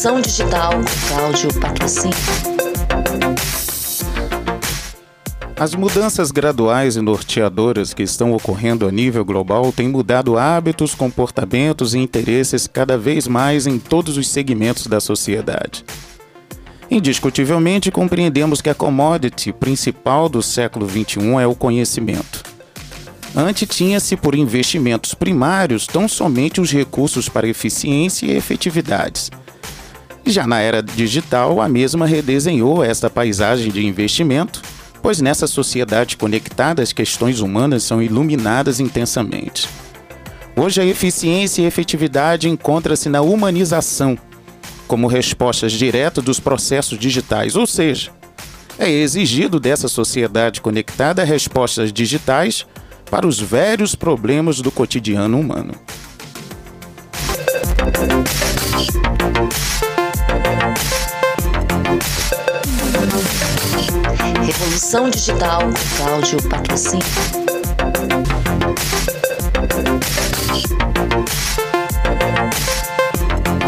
Revolução Digital com Cláudio Patrocínio. As mudanças graduais e norteadoras que estão ocorrendo a nível global têm mudado hábitos, comportamentos e interesses cada vez mais em todos os segmentos da sociedade. Indiscutivelmente, compreendemos que a commodity principal do século XXI é o conhecimento. Antes tinha-se por investimentos primários tão somente os recursos para eficiência e efetividades. Já na era digital, a mesma redesenhou esta paisagem de investimento, pois nessa sociedade conectada as questões humanas são iluminadas intensamente. Hoje a eficiência e efetividade encontra-se na humanização, como respostas diretas dos processos digitais, ou seja, é exigido dessa sociedade conectada respostas digitais para os velhos problemas do cotidiano humano. Revolução Digital com Cláudio Patrocínio.